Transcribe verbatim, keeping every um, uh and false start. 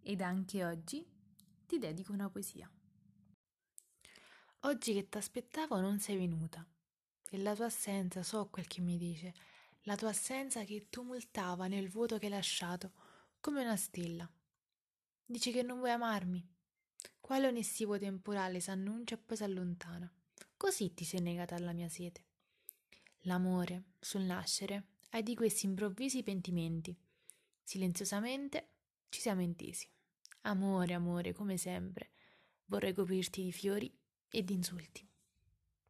ed anche oggi ti dedico una poesia. Oggi che t'aspettavo non sei venuta e la tua assenza so quel che mi dice, la tua assenza che tumultava nel vuoto che hai lasciato come una stella. Dici che non vuoi amarmi? Quale un estivo temporale s'annuncia e poi s'allontana. Così ti sei negata alla mia sete. L'amore, sul nascere, hai di questi improvvisi pentimenti. Silenziosamente ci siamo intesi. Amore, amore, come sempre, vorrei coprirti di fiori e di insulti.